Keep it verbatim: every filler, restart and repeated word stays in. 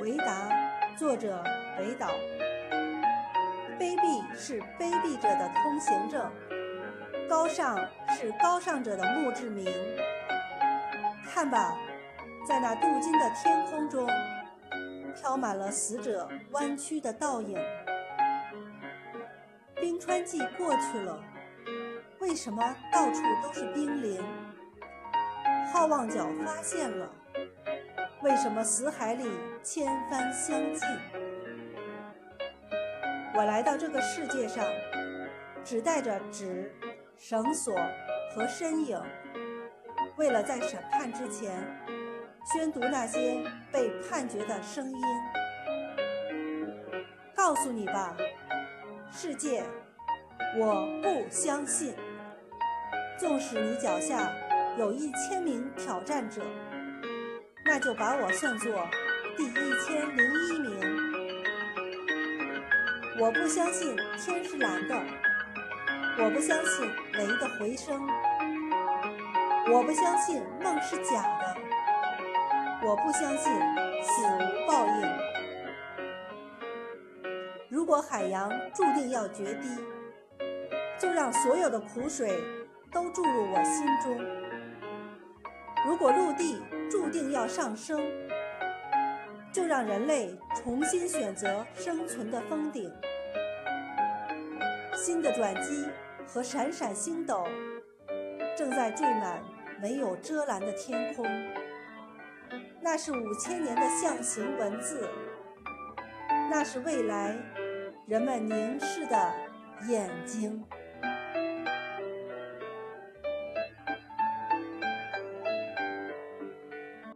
回答，作者北岛。卑鄙是卑鄙者的通行证，高尚是高尚者的墓志铭。看吧，在那镀金的天空中，飘满了死者弯曲的倒影。冰川季过去了，为什么到处都是冰凌？好望角发现了，为什么死海里千帆相近？我来到这个世界上，只带着纸、绳索和身影，为了在审判之前宣读那些被判决的声音。告诉你吧，世界，我不相信。纵使你脚下有一千名挑战者，那就把我算作第一千零一名。我不相信天是蓝的，我不相信雷的回声，我不相信梦是假的，我不相信死无报应。如果海洋注定要决堤，就让所有的苦水都注入我心中；如果陆地注定要上升，就让人类重新选择生存的峰顶。新的转机和闪闪星斗正在缀满没有遮拦的天空，那是五千年的象形文字，那是未来人们凝视的眼睛。